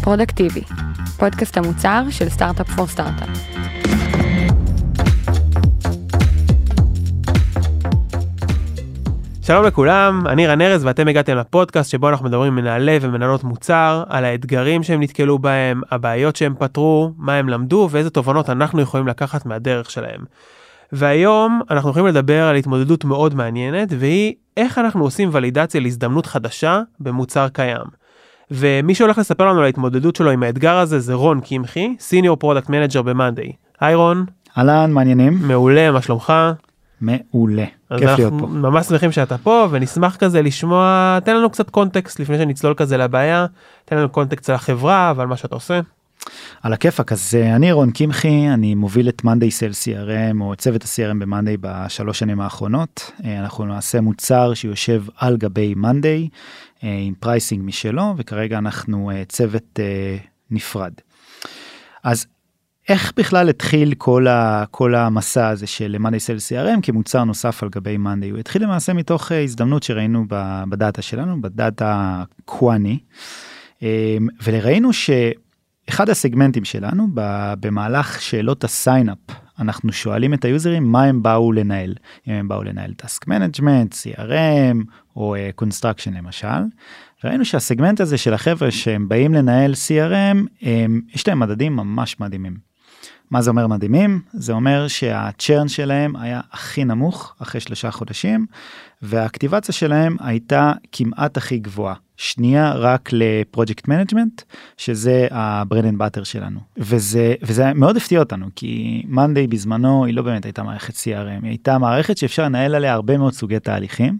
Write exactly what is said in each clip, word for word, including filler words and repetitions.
פרודקטיבי, פודקאסט המוצר של סטארט-אפ פור סטארט-אפ. שלום לכולם, אני רן ארז ואתם הגעתם לפודקאסט שבו אנחנו מדברים עם מנהלי ומנהלות מוצר, על האתגרים שהם נתקלו בהם, הבעיות שהם פתרו, מה הם למדו ואיזה תובנות אנחנו יכולים לקחת מהדרך שלהם. והיום אנחנו יכולים לדבר על התמודדות מאוד מעניינת, והיא איך אנחנו עושים ולידציה להזדמנות חדשה במוצר קיים. ומי שהולך לספר לנו על ההתמודדות שלו עם האתגר הזה זה רון קמחי, סיניור פרודקט מנג'ר במאנדיי. היי רון. אהלן, מעניינים? מעולה, מה שלומך? מעולה, כיף להיות פה. אנחנו ממש שמחים שאתה פה, ונשמח כזה לשמוע, תן לנו קצת קונטקסט לפני שנצלול כזה לבעיה, תן לנו קונטקסט על החברה ועל מה שאתה עושה. על הכיפק, אז אני רון קמחי, אני מוביל את מאנדיי סייל סי אר אם, או צוות ה-סי אר אם במאנדיי בשלוש שנים האחרונות. אנחנו נעשה מוצר שיושב על גבי מאנדיי, עם פרייסינג משלו, וכרגע אנחנו צוות נפרד. אז איך בכלל התחיל כל, ה, כל המסע הזה של מאנדיי סייל סי אר אם כמוצר נוסף על גבי מאנדיי? הוא התחיל למעשה מתוך הזדמנות שראינו בדאטה שלנו, בדאטה קוואני, וראינו שאחד הסגמנטים שלנו במהלך שאלות הסיינאפ, אנחנו שואלים את היוזרים מה הם באו לנהל, אם הם באו לנהל טאסק מנג'מנט, סי אר אם או קונסטרקשן למשל. ראינו שהסגמנט הזה של החבר'ה שהם באים לנהל סי אר אם, יש להם מדדים ממש מדהימים. מה זה אומר מדהימים? זה אומר שהצ'רן שלהם היה הכי נמוך אחרי שלושה חודשים, והאקטיבציה שלהם הייתה כמעט הכי גבוהה. שנייה רק לפרויקט מנג'מנט, שזה הברד אנד באטר שלנו. וזה, וזה מאוד הפתיע אותנו, כי מאנדיי בזמנו היא לא באמת הייתה מערכת סי אר אם, היא הייתה מערכת שאפשר לנהל עליה הרבה מאוד סוגי תהליכים,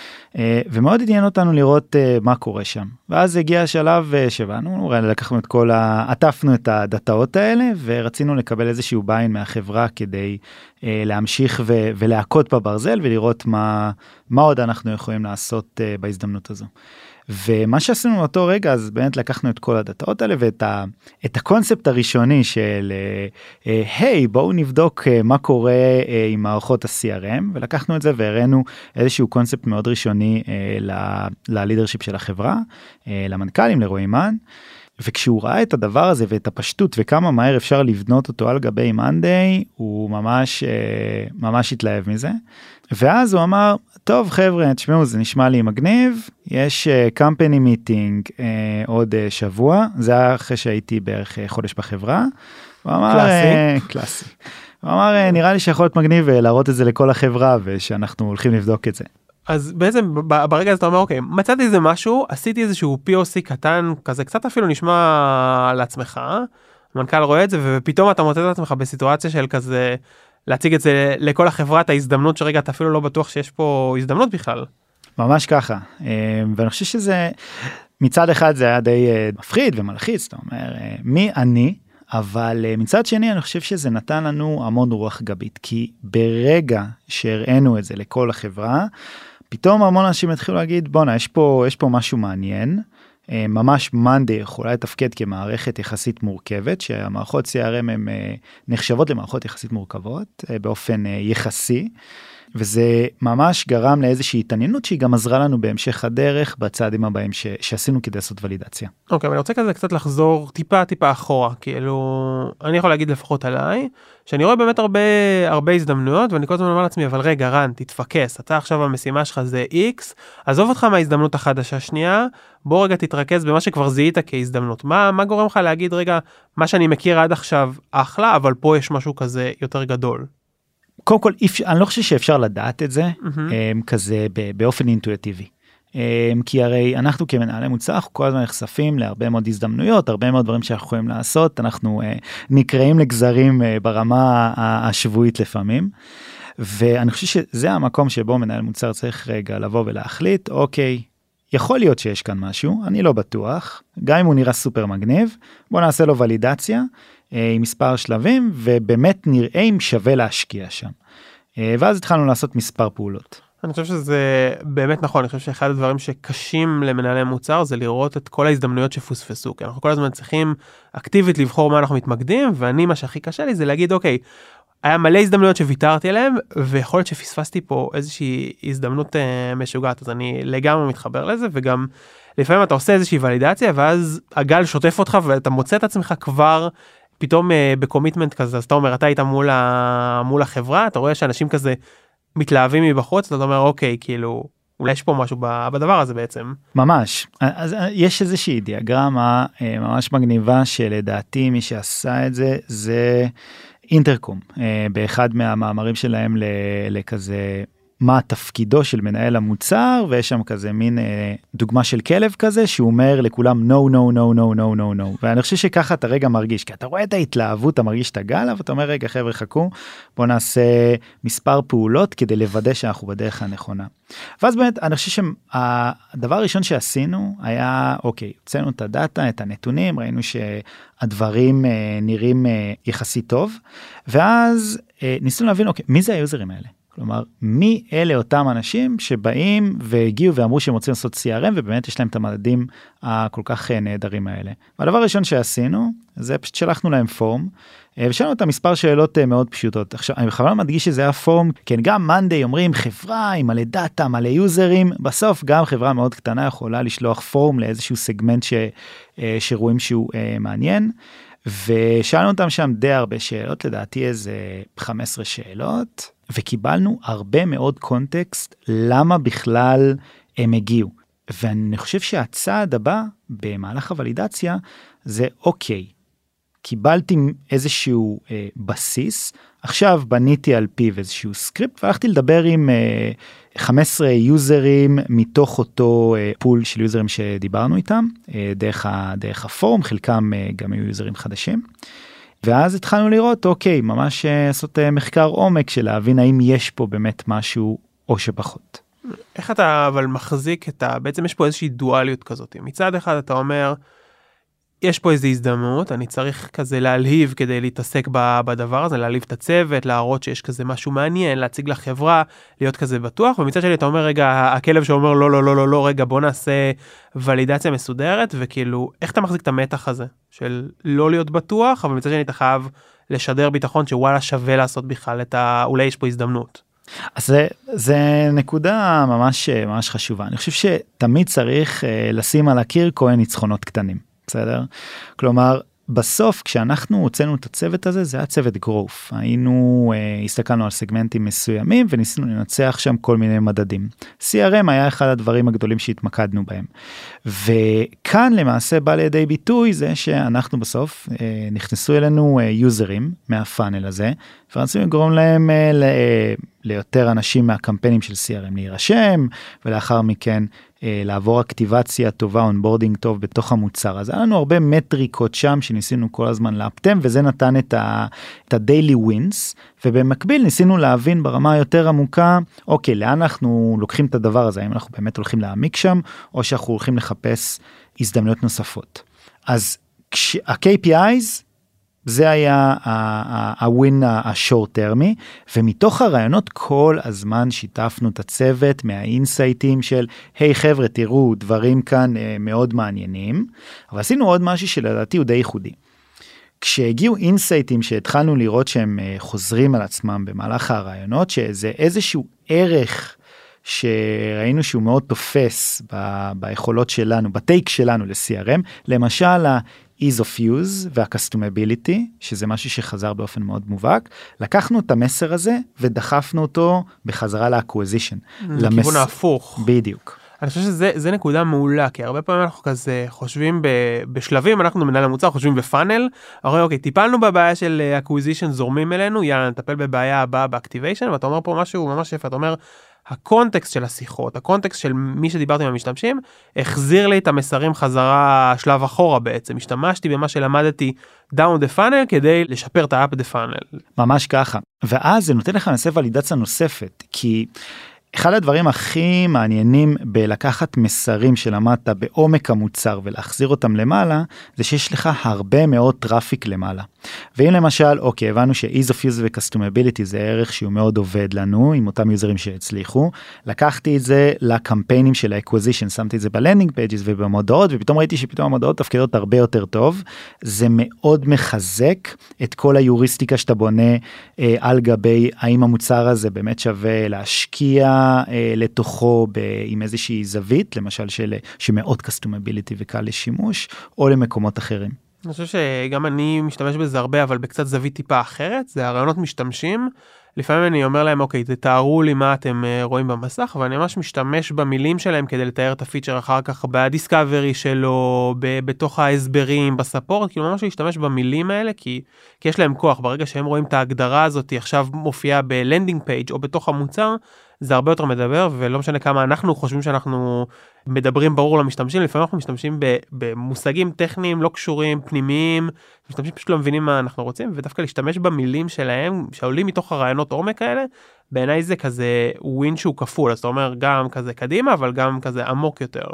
ומאוד עניין אותנו לראות מה קורה שם. ואז הגיע השלב שבאנו, לקחנו את כל ה... עטפנו את הדאטאות האלה, ורצינו לקבל איזשהו ביין מהחברה כדי להמשיך ו... ולהכות בברזל, ולראות מה, מה עוד אנחנו יכולים לעשות בהזדמנות הזו. ומה שעשינו באותו רגע, אז באמת לקחנו את כל הדאטאות האלה, ואת ה... את הקונספט הראשוני של, היי, בואו נבדוק מה קורה עם מערכות ה-סי אר אם, ולקחנו את זה והראינו איזשהו קונספט מאוד ראשוני ללידרשיפ של החברה, למנכ"לים, לרועי מן, וכשהוא ראה את הדבר הזה ואת הפשטות וכמה מהר אפשר לבנות אותו על גבי מאנדיי, הוא ממש, ממש התלהב מזה. ואז הוא אמר, טוב חבר'ה, תשמעו, זה נשמע לי מגניב, יש קמפני מיטינג עוד שבוע, זה היה אחרי שהייתי בערך חודש בחברה. הוא אמר, קלאסי. קלאסי. הוא אמר, נראה לי שיכול להיות מגניב להראות את זה לכל החברה, ושאנחנו הולכים לבדוק את זה. אז בעצם ברגע הזה אתה אומר, אוקיי, מצאתי איזה משהו, עשיתי איזשהו פי או סי קטן, כזה קצת אפילו נשמע לעצמך, המנכ"ל רואה את זה, ופתאום אתה מוצא את עצמך בסיטואציה של כזה, להציג את זה לכל החברה, את ההזדמנות שרגע אתה אפילו לא בטוח שיש פה הזדמנות בכלל. ממש ככה, ואני חושב שזה, מצד אחד זה היה די מפחיד ומלחיץ, אתה אומר, מי אני? אבל מצד שני אני חושב שזה נתן לנו המון רוח גבית, כי ברגע שהראינו את זה לכל החברה, פתאום המון אנשים התחילו להגיד, בונה, יש פה, יש פה משהו מעניין, ממש מאנדיי יכולה לתפקד כמערכת יחסית מורכבת, שהמערכות סי אר אם הן נחשבות למערכות יחסית מורכבות, באופן יחסי, וזה ממש גרם לאיזושהי התעניינות שהיא גם עזרה לנו בהמשך הדרך בצעדים הבאים ש- שעשינו כדי לעשות ולידציה. אוקיי, אני רוצה כזה קצת לחזור טיפה טיפה אחורה, כאילו, אני יכול להגיד לפחות עליי, שאני רואה באמת הרבה, הרבה הזדמנויות, ואני כל הזמן אומר לעצמי, אבל רגע, רן, תתפקס, אתה עכשיו המשימה שלך זה X, עזוב אותך מההזדמנות החדשה שנייה, בוא רגע תתרכז במה שכבר זיהית כהזדמנות. מה, מה גורם לך להגיד, רגע, מה שאני מכיר עד עכשיו אחלה, אבל פה יש משהו כזה יותר גדול. קודם כל, אני לא חושב שאפשר לדעת את זה, כזה באופן אינטואיטיבי. כי הרי אנחנו כמנהלי מוצר, אנחנו כל הזמן נחשפים להרבה מאוד הזדמנויות, הרבה מאוד דברים שאנחנו יכולים לעשות, אנחנו נקראים לגזרים ברמה השבועית לפעמים, ואני חושב שזה המקום שבו מנהל מוצר צריך רגע לבוא ולהחליט, אוקיי, יכול להיות שיש כאן משהו, אני לא בטוח, גם אם הוא נראה סופר מגניב, בוא נעשה לו ולידציה, עם מספר שלבים, ובאמת נראה אם שווה להשקיע שם. ואז התחלנו לעשות מספר פעולות. אני חושב שזה באמת נכון, אני חושב שאחד הדברים שקשים למנהלי מוצר, זה לראות את כל ההזדמנויות שפוספסו, כי אנחנו כל הזמן צריכים אקטיבית לבחור מה אנחנו מתמקדים, ואני מה שהכי קשה לי זה להגיד, אוקיי, היה מלא הזדמנויות שוויתרתי עליהן, ויכול להיות שפספסתי פה איזושהי הזדמנות uh, משוגעת, אז אני לגמרי מתחבר לזה, וגם לפעמים אתה עושה איזושהי ולידציה, ואז הגל שוטף אותך, ואתה מוצא את עצמך כבר פתאום uh, בקומיטמנט כזה, אז אתה אומר, אתה היית מול, ה... מול החברה, אתה רואה שאנשים כזה מתלהבים מבחוץ, אתה אומר, אוקיי, כאילו, אולי יש פה משהו בדבר הזה בעצם. ממש. אז יש איזושהי דיאגרמה ממש מגניבה, שלדעתי מי שעשה את זה, זה אינטרקום, באחד מהמאמרים שלהם לכזה, מה תפקידו של מנהל המוצר, ויש שם כזה מין אה, דוגמה של כלב כזה, שהוא אומר לכולם no, no, no, no, no, no, no. ואני חושב שככה אתה רגע מרגיש, כי אתה רואה את ההתלהבות, אתה מרגיש את הגל, ואתה אומר רגע חבר'ה חכו, בוא נעשה מספר פעולות, כדי לוודא שאנחנו בדרך הנכונה. ואז באמת, אני חושב שהדבר הראשון שעשינו, היה, אוקיי, הוצאנו את הדאטה, את הנתונים, ראינו שהדברים אה, נראים אה, יחסית טוב, ואז אה, ניסינו להבין, אוקיי, מי זה היוזרים האלה? כלומר, מי אלה אותם אנשים שבאים והגיעו ואמרו שהם רוצים לעשות סי אר אם, ובאמת יש להם את המדדים הכל כך נהדרים האלה. והדבר הראשון שעשינו, זה פשוט שלחנו להם פורם, ושאלנו את המספר שאלות מאוד פשוטות. עכשיו, אני בכוונה מדגיש שזה היה פורם, כן, גם מאנדיי אומרים חברה עם מלא דאטה, מלא יוזרים, בסוף גם חברה מאוד קטנה יכולה לשלוח פורם לאיזשהו סגמנט ש, שרואים שהוא מעניין, ושאלנו אותם שם די הרבה שאלות, לדעתי איזה חמש עשרה שאלות, וקיבלנו הרבה מאוד קונטקסט למה בכלל הם הגיעו. ואני חושב שהצעד הבא במהלך הוולידציה זה אוקיי, קיבלתי איזשהו אה, בסיס, עכשיו בניתי על פיו איזשהו סקריפט, והלכתי לדבר עם אה, חמישה עשר יוזרים מתוך אותו אה, פול של יוזרים שדיברנו איתם, אה, דרך, ה, דרך הפורום, חלקם אה, גם היו יוזרים חדשים. ואז התחלנו לראות, אוקיי, ממש לעשות מחקר עומק של להבין האם יש פה באמת משהו או שפחות. איך אתה אבל מחזיק את ה... בעצם יש פה איזושהי דואליות כזאת. מצד אחד אתה אומר, יש פה איזו הזדמנות, אני צריך כזה להלהיב כדי להתעסק בדבר הזה, להלהיב את הצוות, להראות שיש כזה משהו מעניין, להציג לחברה, להיות כזה בטוח, ומצד שלי אתה אומר, רגע, הכלב שאומר לא, לא, לא, לא, לא, רגע, בוא נעשה ולידציה מסודרת, וכאילו, איך אתה מחזיק את המתח הזה, של לא להיות בטוח, אבל מצד שלי אתה חייב לשדר ביטחון, שוואלה שווה לעשות בכלל את ה... אולי יש פה הזדמנות. אז זה, זה נקודה ממש, ממש חשובה. אני חושב שתמיד צריך לשים על הקיר כהן ניצחונות קטנים. בסדר? כלומר, בסוף כשאנחנו הוצאנו את הצוות הזה, זה היה צוות גרוף. היינו, אה, הסתכלנו על סגמנטים מסוימים, וניסינו לנצח שם כל מיני מדדים. סי אר אם היה אחד הדברים הגדולים שהתמקדנו בהם. וכאן למעשה בא לידי ביטוי זה שאנחנו בסוף, אה, נכנסו אלינו אה, יוזרים מהפאנל הזה, ורצינו לגרום להם אה, ל, אה, ליותר אנשים מהקמפיינים של סי אר אם להירשם, ולאחר מכן לעבור אקטיבציה טובה, אונבורדינג טוב בתוך המוצר. אז היה לנו הרבה מטריקות שם שניסינו כל הזמן לאפטם, וזה נתן את ה, את ה-daily wins, ובמקביל ניסינו להבין ברמה היותר עמוקה, אוקיי, לאן אנחנו לוקחים את הדבר הזה, האם אנחנו באמת הולכים להעמיק שם, או שאנחנו הולכים לחפש הזדמנויות נוספות. אז ה-קיי פי איז, זה היה הווין השורט טרמי, ומתוך הרעיונות כל הזמן שיתפנו את הצוות מהאינסייטים של, היי חבר'ה, תראו, דברים כאן מאוד מעניינים, אבל עשינו עוד משהו שלדעתי הוא די ייחודי. כשהגיעו אינסייטים שהתחלנו לראות שהם חוזרים על עצמם במהלך הרעיונות, שזה איזשהו ערך שראינו שהוא מאוד תופס ב- ביכולות שלנו, בטייק שלנו ל-סי אר אם, למשל ה-ease of use וה-customability, שזה משהו שחזר באופן מאוד מובהק, לקחנו את המסר הזה ודחפנו אותו בחזרה ל-acquisition. לכיוון ההפוך. בדיוק. אני חושב שזה נקודה מעולה, כי הרבה פעמים אנחנו כזה חושבים בשלבים, אנחנו מנהל המוצר, חושבים בפאנל, אומרים, אוקיי, טיפלנו בבעיה של acquisition, זורמים אלינו, יאללה, נטפל בבעיה הבאה ב-activation, ואתה אומר פה משהו ממש יפה, אתה אומר, הקונטקסט של השיחות, הקונטקסט של מי שדיברתי עם המשתמשים, החזיר לי את המסרים חזרה שלב אחורה בעצם, השתמשתי במה שלמדתי down the funnel כדי לשפר את ה-up the funnel. ממש ככה, ואז זה נותן לך נעשה ולידציה נוספת, כי אחד הדברים הכי מעניינים בלקחת מסרים שלמדת בעומק המוצר ולהחזיר אותם למעלה, זה שיש לך הרבה מאוד טראפיק למעלה. ואם למשל, אוקיי, הבנו ש-ease of use ו-customability זה ערך שהוא מאוד עובד לנו, עם אותם יוזרים שהצליחו, לקחתי את זה לקמפיינים של ה-acquisition, שמתי את זה ב-landing pages ובמודעות, ופתאום ראיתי שפתאום המודעות תפקידות הרבה יותר טוב, זה מאוד מחזק את כל היוריסטיקה שאתה בונה אה, על גבי, האם המוצר הזה באמת שווה להשקיע אה, לתוכו ב, עם איזושהי זווית, למשל של, שמאוד customability וקל לשימוש, או למקומות אחרים. אני חושב שגם אני משתמש בזה הרבה, אבל בקצת זווית טיפה אחרת, זה הרעיונות משתמשים, לפעמים אני אומר להם, אוקיי, תתארו לי מה אתם רואים במסך, אבל אני ממש משתמש במילים שלהם כדי לתאר את הפיצ'ר אחר כך בדיסקאברי שלו, ב- בתוך ההסברים, בספורט, כאילו ממש להשתמש במילים האלה, כי, כי יש להם כוח, ברגע שהם רואים את ההגדרה הזאת, היא עכשיו מופיעה בלנדינג פייג' או בתוך המוצר, זה הרבה יותר מדבר, ולא משנה כמה אנחנו חושבים שאנחנו מדברים ברור למשתמשים, לפעמים אנחנו משתמשים במושגים טכניים לא קשורים, פנימיים, משתמשים פשוט לא מבינים מה אנחנו רוצים, ודווקא להשתמש במילים שלהם, שעולים מתוך הרעיונות עומק האלה, בעיניי זה כזה ווין שהוא כפול, אז אתה אומר גם כזה קדימה, אבל גם כזה עמוק יותר.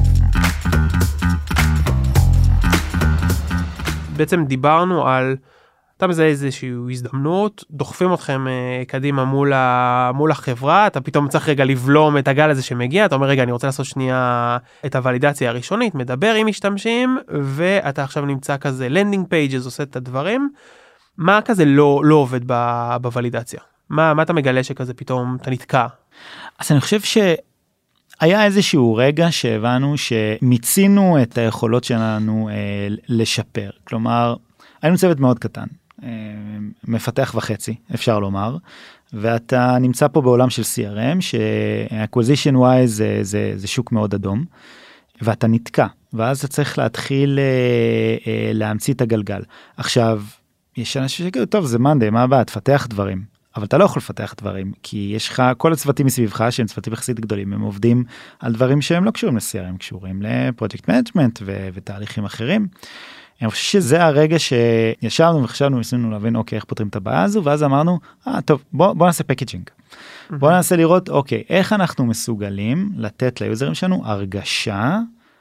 בעצם דיברנו על אתה מזהה איזושהי הזדמנות, דוחפים אתכם uh, קדימה מול, ה, מול החברה, אתה פתאום צריך רגע לבלום את הגל הזה שמגיע, אתה אומר רגע אני רוצה לעשות שנייה את הוולידציה הראשונית, מדבר עם משתמשים, ואתה עכשיו נמצא כזה לנדינג פייג'ס, עושה את הדברים, מה כזה לא, לא עובד ב, בוולידציה? מה, מה אתה מגלה שכזה פתאום אתה נתקע? אז אני חושב ש... היה איזשהו רגע שהבנו שמיצינו את היכולות שלנו אה, לשפר, כלומר, היינו צוות מאוד קטן, מפתח וחצי, אפשר לומר, ואתה נמצא פה בעולם של סי אר אם, ש-acquisition wise זה, זה, זה שוק מאוד אדום, ואתה נתקע, ואז אתה צריך להתחיל להמציא את הגלגל. עכשיו, יש אנשים שגידו, טוב, זה מנדי, מה הבא? תפתח דברים. אבל אתה לא יכול לפתח דברים, כי יש לך, כל הצוותים מסביבך, שהם צוותים יחסית גדולים, הם עובדים על דברים שהם לא קשורים ל-סי אר אם, קשורים לפרויקט מנג'מנט ו- ותהליכים אחרים. אני חושב שזה הרגע שישבנו וחשבנו, ניסינו להבין, אוקיי, איך פותרים את הבעיה הזו, ואז אמרנו, אה, טוב, בוא, בוא נעשה פקייג'ינג. בוא ננסה לראות, אוקיי, איך אנחנו מסוגלים לתת ליוזרים שלנו הרגשה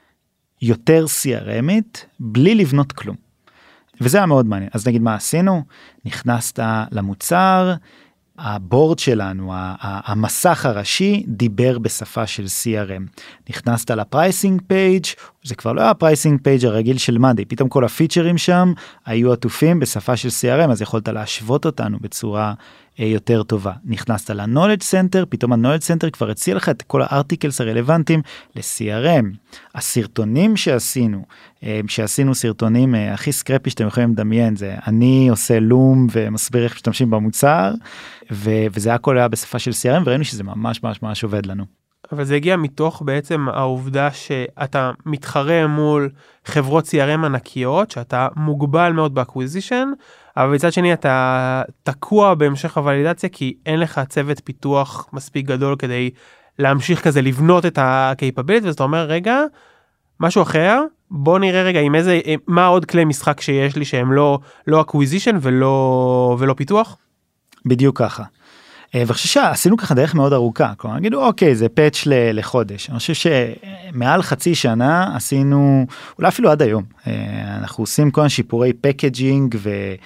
יותר סי אר אמית, בלי לבנות כלום. וזה היה מאוד מעניין. אז נגיד מה עשינו? נכנסת למוצר, הבורד שלנו, המסך הראשי, דיבר בשפה של סי אר אם. נכנסת לפרייסינג פייג', זה כבר לא היה הפרייסינג פייג' הרגיל של מאנדיי, פתאום כל הפיצ'רים שם היו עטופים בשפה של סי אר אם, אז יכולת להשוות אותנו בצורה יותר טובה. נכנסת ל-Knowledge Center, פתאום ה-Knowledge Center כבר הציע לך את כל הארטיקלס הרלוונטיים ל-סי אר אם. הסרטונים שעשינו, שעשינו סרטונים הכי סקרפי שאתם יכולים לדמיין, זה אני עושה לום ומסביר איך משתמשים במוצר, ו- וזה הכל היה בשפה של סי אר אם, וראינו שזה ממש ממש ממש עובד לנו. אבל זה הגיע מתוך בעצם העובדה שאתה מתחרה מול חברות סי אר אם ענקיות, שאתה מוגבל מאוד באקוויזישן, אבל מצד שני אתה תקוע בהמשך הוולידציה, כי אין לך צוות פיתוח מספיק גדול כדי להמשיך כזה לבנות את ה-capability, ואז אתה אומר, רגע, משהו אחר, בוא נראה רגע עם איזה, מה עוד כלי משחק שיש לי שהם לא, לא acquisition ולא, ולא פיתוח? בדיוק ככה. ואני חושב שעשינו ככה דרך מאוד ארוכה, כלומר, נגידו, אוקיי, זה פאץ' לחודש. אני חושב שמעל חצי שנה עשינו, אולי אפילו עד היום, אנחנו עושים כל שיפורי פקייג'ינג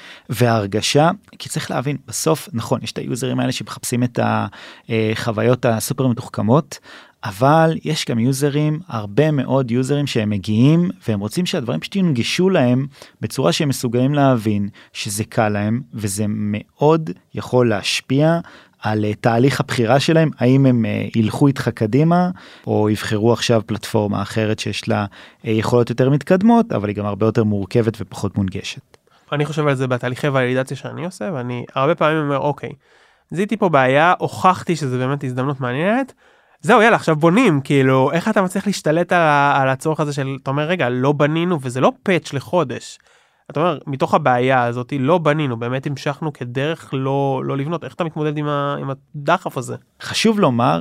והרגשה, כי צריך להבין, בסוף, נכון, יש את היוזרים האלה שמחפשים את החוויות הסופר מתוחכמות, אבל יש גם יוזרים, הרבה מאוד יוזרים שהם מגיעים, והם רוצים שהדברים פשוט ינגישו להם, בצורה שהם מסוגלים להבין שזה קל להם, וזה מאוד יכול להשפיע על תהליך הבחירה שלהם, האם הם ילכו איתך קדימה, או יבחרו עכשיו פלטפורמה אחרת שיש לה יכולות יותר מתקדמות, אבל היא גם הרבה יותר מורכבת ופחות מונגשת. אני חושב על זה בתהליכי ולידציה שאני עושה, ואני הרבה פעמים אומר, אוקיי, זיהיתי פה בעיה, הוכחתי שזה באמת הזדמנות מעניינת, זהו, יאללה, עכשיו בונים, כאילו, איך אתה מצליח להשתלט על, על הצורך הזה של, אתה אומר, רגע, לא בנינו, וזה לא פאץ' לחודש. אתה אומר, מתוך הבעיה הזאת, לא בנינו, באמת המשכנו כדרך לא, לא לבנות. איך אתה מתמודד עם, ה, עם הדחף הזה? חשוב לומר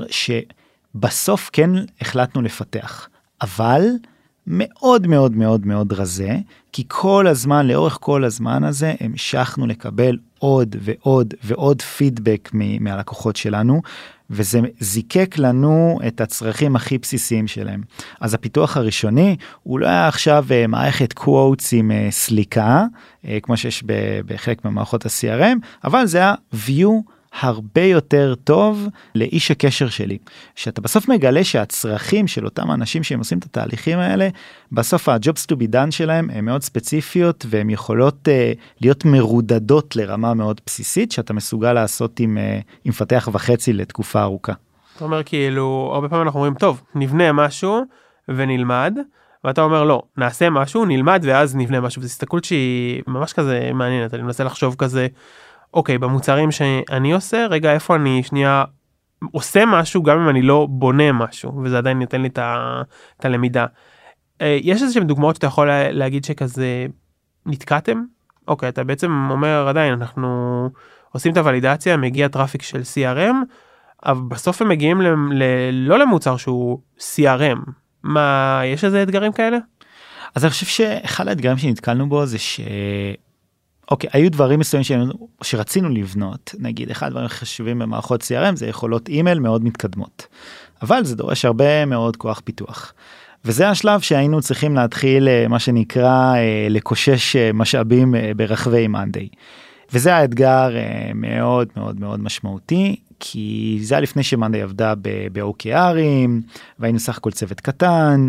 שבסוף כן החלטנו לפתח, אבל מאוד מאוד מאוד מאוד רזה, כי כל הזמן, לאורך כל הזמן הזה, המשכנו לקבל עוד ועוד ועוד פידבק מהלקוחות שלנו, וזה זיקק לנו את הצרכים הכי בסיסיים שלהם. אז הפיתוח הראשוני, הוא לא היה עכשיו מערכת קוואטס עם סליקה, כמו שיש בחלק ממערכות ה-סי אר אם, אבל זה היה view הרבה יותר טוב לאיש הקשר שלי. שאתה בסוף מגלה שהצרכים של אותם אנשים שהם עושים את התהליכים האלה, בסוף ה-jobs to be done שלהם הם מאוד ספציפיות, והן יכולות uh, להיות מרודדות לרמה מאוד בסיסית, שאתה מסוגל לעשות עם, uh, עם פתח וחצי לתקופה ארוכה. אתה אומר כאילו, הרבה פעמים אנחנו אומרים, טוב, נבנה משהו ונלמד, ואתה אומר, לא, נעשה משהו, נלמד ואז נבנה משהו. וזו הסתכלות שהיא ממש כזה מעניינת, אני מנסה לחשוב כזה, אוקיי, במוצרים שאני עושה, רגע, איפה אני שנייה עושה משהו, גם אם אני לא בונה משהו, וזה עדיין ניתן לי את הלמידה. יש איזה שהן דוגמאות שאתה יכול להגיד שכזה נתקעתם? אוקיי, אתה בעצם אומר, עדיין, אנחנו עושים את הוולידציה, מגיע טראפיק של סי אר אם, אבל בסוף הם מגיעים ל, ל, לא למוצר שהוא סי אר אם. מה, יש איזה אתגרים כאלה? אז אני חושב שאחד האתגרים שנתקלנו בו זה ש... אוקיי, היו דברים מסוימים שרצינו לבנות, נגיד, אחד הדברים חשובים במערכות סי אר אם זה יכולות אימייל מאוד מתקדמות, אבל זה דורש הרבה מאוד כוח פיתוח, וזה השלב שהיינו צריכים להתחיל, מה שנקרא, לקושש משאבים ברחבי מאנדיי, וזה האתגר מאוד מאוד מאוד משמעותי, כי זה היה לפני שמאנדיי עבדה ב-או קיי ארים, והיינו סך הכל צוות קטן,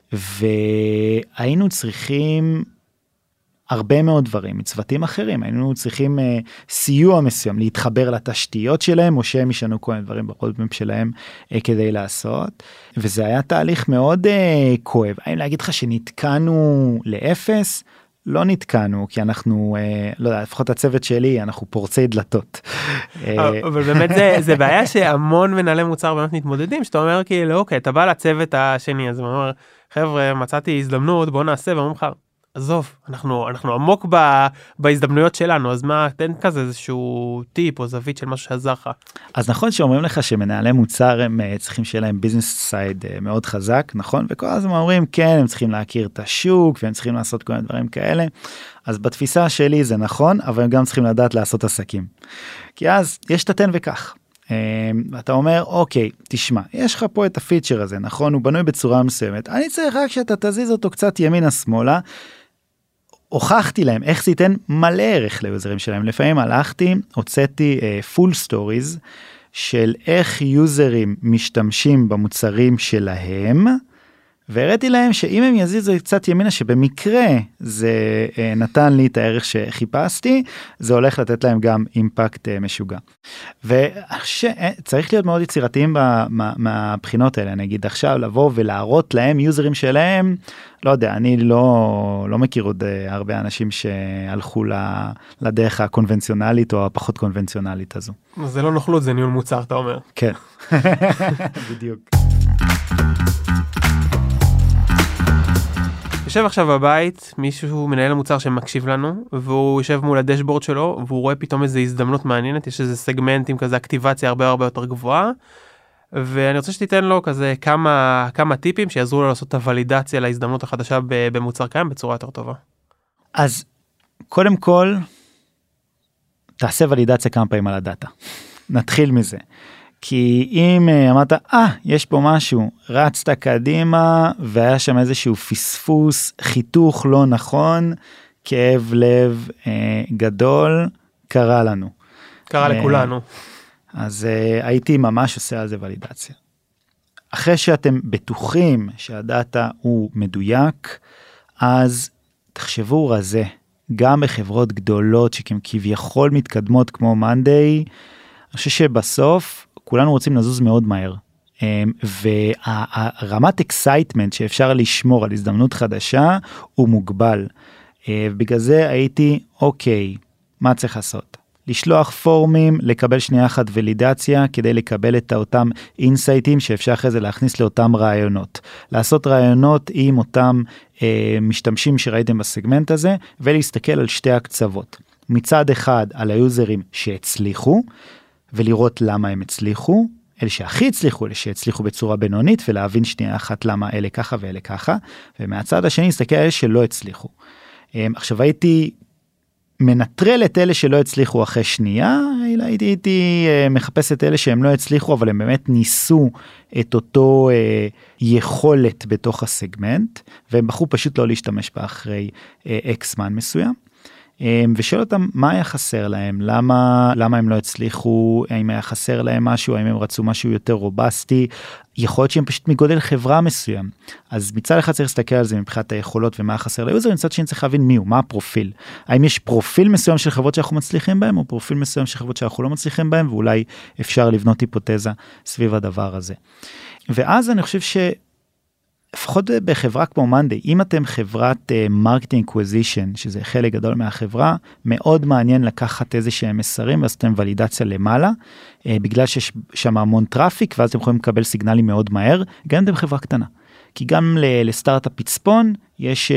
והיינו צריכים הרבה מאוד דברים, מצוותים אחרים, היינו צריכים uh, סיוע מסוים, להתחבר לתשתיות שלהם, או שהם ישנו כל מיני דברים ברודמפ שלהם uh, כדי לעשות, וזה היה תהליך מאוד uh, כואב. אני להגיד לך שנתקענו לאפס, לא נתקענו, כי אנחנו, uh, לא יודע, לפחות הצוות שלי, אנחנו פורצי דלתות. אבל באמת זה, זה בעיה שהמון מנהלי מוצר באמת מתמודדים, שאתה אומר כאילו, אוקיי, אתה בא לצוות השני, אז הוא אומר, חבר'ה, מצאתי הזדמנות, בוא נעשה, ואומרים לך, עזוב, אנחנו, אנחנו עמוק ב, בהזדמנויות שלנו, אז מה, תן כזה איזשהו טיפ או זווית של משהו שעזר לך. אז נכון שאומרים לך שמנהלי מוצר הם צריכים שיהיה להם ביזנס סייד מאוד חזק, נכון? וכל הזמן אומרים, כן, הם צריכים להכיר את השוק, והם צריכים לעשות כל מיני דברים כאלה. אז בתפיסה שלי זה נכון, אבל הם גם צריכים לדעת לעשות עסקים. כי אז יש תתן וכך. ואתה אומר, אוקיי, תשמע, יש לך פה את הפיצ'ר הזה, נכון? הוא בנוי בצורה מסוימת. אני צריך רק שאתה תזיז אותו קצת ימינה שמאלה, הוכחתי להם איך זה ייתן מלא ערך ליוזרים שלהם. לפעמים הלכתי, הוצאתי פול uh, סטוריז של איך יוזרים משתמשים במוצרים שלהם, והראיתי להם שאם הם יזיזו קצת ימינה, שבמקרה זה uh, נתן לי את הערך שחיפשתי, זה הולך לתת להם גם אימפקט uh, משוגע. וצריך להיות מאוד יצירתיים מה, מהבחינות האלה, נגיד עכשיו לבוא ולהראות להם יוזרים שלהם, לא יודע, אני לא, לא מכיר עוד הרבה אנשים שהלכו לדרך הקונבנציונלית או הפחות קונבנציונלית הזו. זה לא נוכלות, זה ניהול מוצר, אתה אומר. כן, בדיוק. יושב עכשיו בבית, מישהו מנהל המוצר שמקשיב לנו, והוא יושב מול הדשבורד שלו, והוא רואה פתאום איזו הזדמנות מעניינת, יש איזה סגמנט עם כזה אקטיבציה הרבה הרבה יותר גבוהה, ואני רוצה שתיתן לו כזה כמה, כמה טיפים שיעזרו לו לעשות את הוולידציה להזדמנות החדשה במוצר קיים בצורה יותר טובה. אז קודם כל, תעשה ולידציה כמה פעמים על הדאטה. נתחיל מזה. כי אם אמרת, אה, יש פה משהו, רצת קדימה, והיה שם איזשהו פספוס, חיתוך לא נכון, כאב לב אה, גדול, קרה לנו. קרה לכולנו. אז uh, הייתי ממש עושה על זה ולידציה. אחרי שאתם בטוחים שהדאטה הוא מדויק, אז תחשבו רזה, גם בחברות גדולות שכם כביכול מתקדמות כמו מאנדיי, אני חושב שבסוף כולנו רוצים לזוז מאוד מהר. והרמת אקסייטמנט שאפשר לשמור על הזדמנות חדשה הוא מוגבל. ובגלל זה הייתי, אוקיי, מה צריך לעשות? לשלוח פורמים, לקבל שנייה אחת ולידציה, כדי לקבל את אותם אינסייטים שאפשר אחרי זה להכניס לאותם רעיונות. לעשות רעיונות עם אותם אה, משתמשים שראיתם בסגמנט הזה, ולהסתכל על שתי הקצוות. מצד אחד על היוזרים שהצליחו, ולראות למה הם הצליחו, אלה שהכי הצליחו, אלה שהצליחו בצורה בינונית, ולהבין שנייה אחת למה אלה ככה ואלה ככה, ומהצד השני להסתכל על אלה שלא הצליחו. אה, עכשיו הייתי מנטרל את אלה שלא הצליחו אחרי שנייה, הייתי, הייתי מחפש את אלה שהם לא הצליחו, אבל הם באמת ניסו את אותו אה, יכולת בתוך הסגמנט, והם בחרו פשוט לא להשתמש בה אחרי אקסמן מסוים. ושאל אותם מה היה חסר להם, למה, למה הם לא הצליחו, האם היה חסר להם משהו, האם הם רצו משהו יותר רובסטי, יכול להיות שהם פשוט מגודל חברה מסוים. אז מצד אחד צריך להסתכל על זה מבחינת היכולות ומה חסר ליוזר, מצד שני צריך להבין מי הוא, מה הפרופיל. האם יש פרופיל מסוים של חברות שאנחנו מצליחים בהם, או פרופיל מסוים של חברות שאנחנו לא מצליחים בהם, ואולי אפשר לבנות היפותזה סביב הדבר הזה. ואז אני חושב ש... לפחות בחברה כמו מאנדיי, אם אתם חברת מרקטינג אקוויזישן, שזה חלק גדול מהחברה, מאוד מעניין לקחת איזה שהם מסרים, ואז אתם ולידציה למעלה, בגלל שיש שם המון טראפיק, ואז אתם יכולים לקבל סיגנלים מאוד מהר, גם אתם חברה קטנה. כי גם לסטארט-אפ פצפון, יש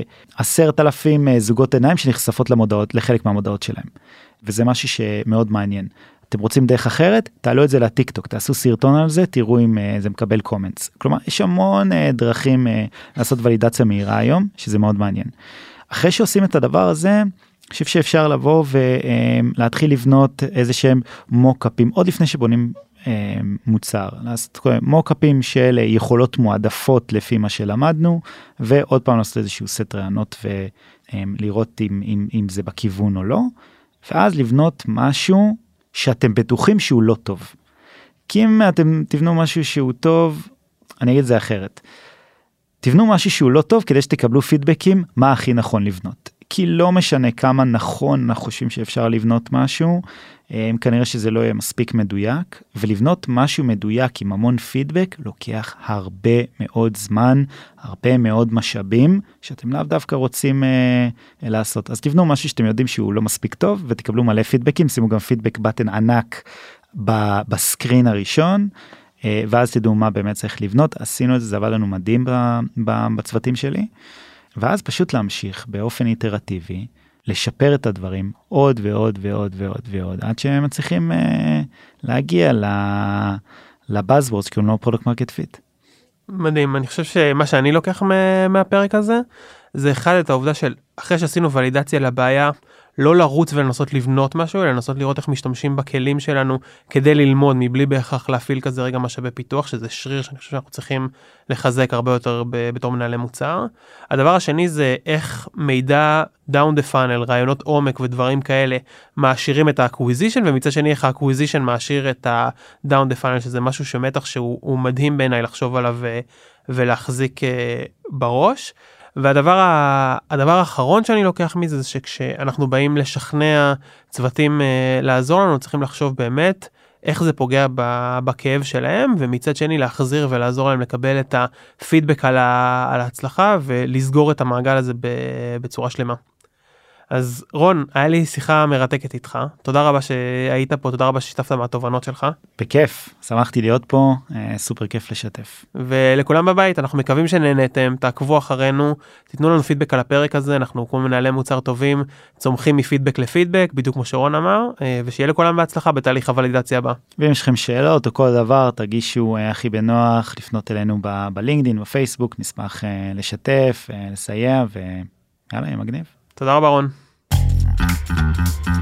עשרת אלפים זוגות עיניים שנחשפות למודעות, לחלק מהמודעות שלהם. וזה משהו שמאוד מעניין. אתם רוצים דרך אחרת, תעלו את זה לטיק טוק, תעשו סרטון על זה, תראו אם uh, זה מקבל קומנטס. כלומר, יש המון uh, דרכים uh, לעשות ולידציה מהירה היום, שזה מאוד מעניין. אחרי שעושים את הדבר הזה, אני חושב שאפשר לבוא ולהתחיל לבנות איזה שהם מוקאפים, עוד לפני שבונים uh, מוצר, לעשות מוקאפים של יכולות מועדפות לפי מה שלמדנו, ועוד פעם לעשות איזשהו סט רעיונות ולראות אם, אם, אם זה בכיוון או לא, ואז לבנות משהו שאתם בטוחים שהוא לא טוב. כי אם אתם תבנו משהו שהוא טוב, אני אגיד את זה אחרת. תבנו משהו שהוא לא טוב, כדי שתקבלו פידבקים, מה הכי נכון לבנות. כי לא משנה כמה נכון אנחנו חושבים שאפשר לבנות משהו, כנראה שזה לא יהיה מספיק מדויק, ולבנות משהו מדויק עם המון פידבק, לוקח הרבה מאוד זמן, הרבה מאוד משאבים, שאתם לאו דווקא רוצים אה, לעשות. אז תבנו משהו שאתם יודעים שהוא לא מספיק טוב, ותקבלו מלא פידבקים, שימו גם פידבק בטן ענק ב, בסקרין הראשון, אה, ואז תדעו מה באמת צריך לבנות. עשינו את זה, זה עבד לנו מדהים ב, ב, בצוותים שלי, ואז פשוט להמשיך באופן איטרטיבי, לשפר את הדברים עוד ועוד ועוד ועוד ועוד, עד שהם מצליחים אה, להגיע לבאזוורדס, כי הוא לא פרודקט מרקט פיט. מדהים, אני חושב שמה שאני לוקח מהפרק הזה, זה אחד את העובדה של אחרי שעשינו ולידציה לבעיה, לא לרוץ ולנסות לבנות משהו, אלא לנסות לראות איך משתמשים בכלים שלנו כדי ללמוד, מבלי בהכרח להפעיל כזה רגע משאבי פיתוח, שזה שריר שאני חושב שאנחנו צריכים לחזק הרבה יותר בתור מנהלי מוצר. הדבר השני זה איך מידע down the funnel, רעיונות עומק ודברים כאלה, מעשירים את ה-acquisition, ומצד שני איך ה-acquisition מעשיר את ה-down the funnel, שזה משהו שמתח שהוא מדהים בעיניי לחשוב עליו ולהחזיק בראש. והדבר הדבר האחרון שאני לוקח מזה זה שכשאנחנו באים לשכנע צוותים לעזור לנו, צריכים לחשוב באמת איך זה פוגע בכאב שלהם, ומצד שני להחזיר ולעזור להם לקבל את הפידבק על ההצלחה ולסגור את המעגל הזה בצורה שלמה. אז רון, היה לי שיחה מרתקת איתך, תודה רבה שהיית פה, תודה רבה ששיתפת מהתובנות שלך. בכיף, שמחתי להיות פה, סופר כיף לשתף. ולכולם בבית, אנחנו מקווים שנהנתם, תעקבו אחרינו, תיתנו לנו פידבק על הפרק הזה, אנחנו כמו מנהלי מוצר טובים, צומחים מפידבק לפידבק, בדיוק כמו שרון אמר, ושיהיה לכולם בהצלחה בתהליך הוולידציה הבא. ואם יש לכם שאלות או כל דבר, תרגישו הכי בנוח, לפנות אלינו בלינקדין, בפייסבוק, נשמח לשתף, לסייע, ויאללה, מגניב. תודה רבה רון.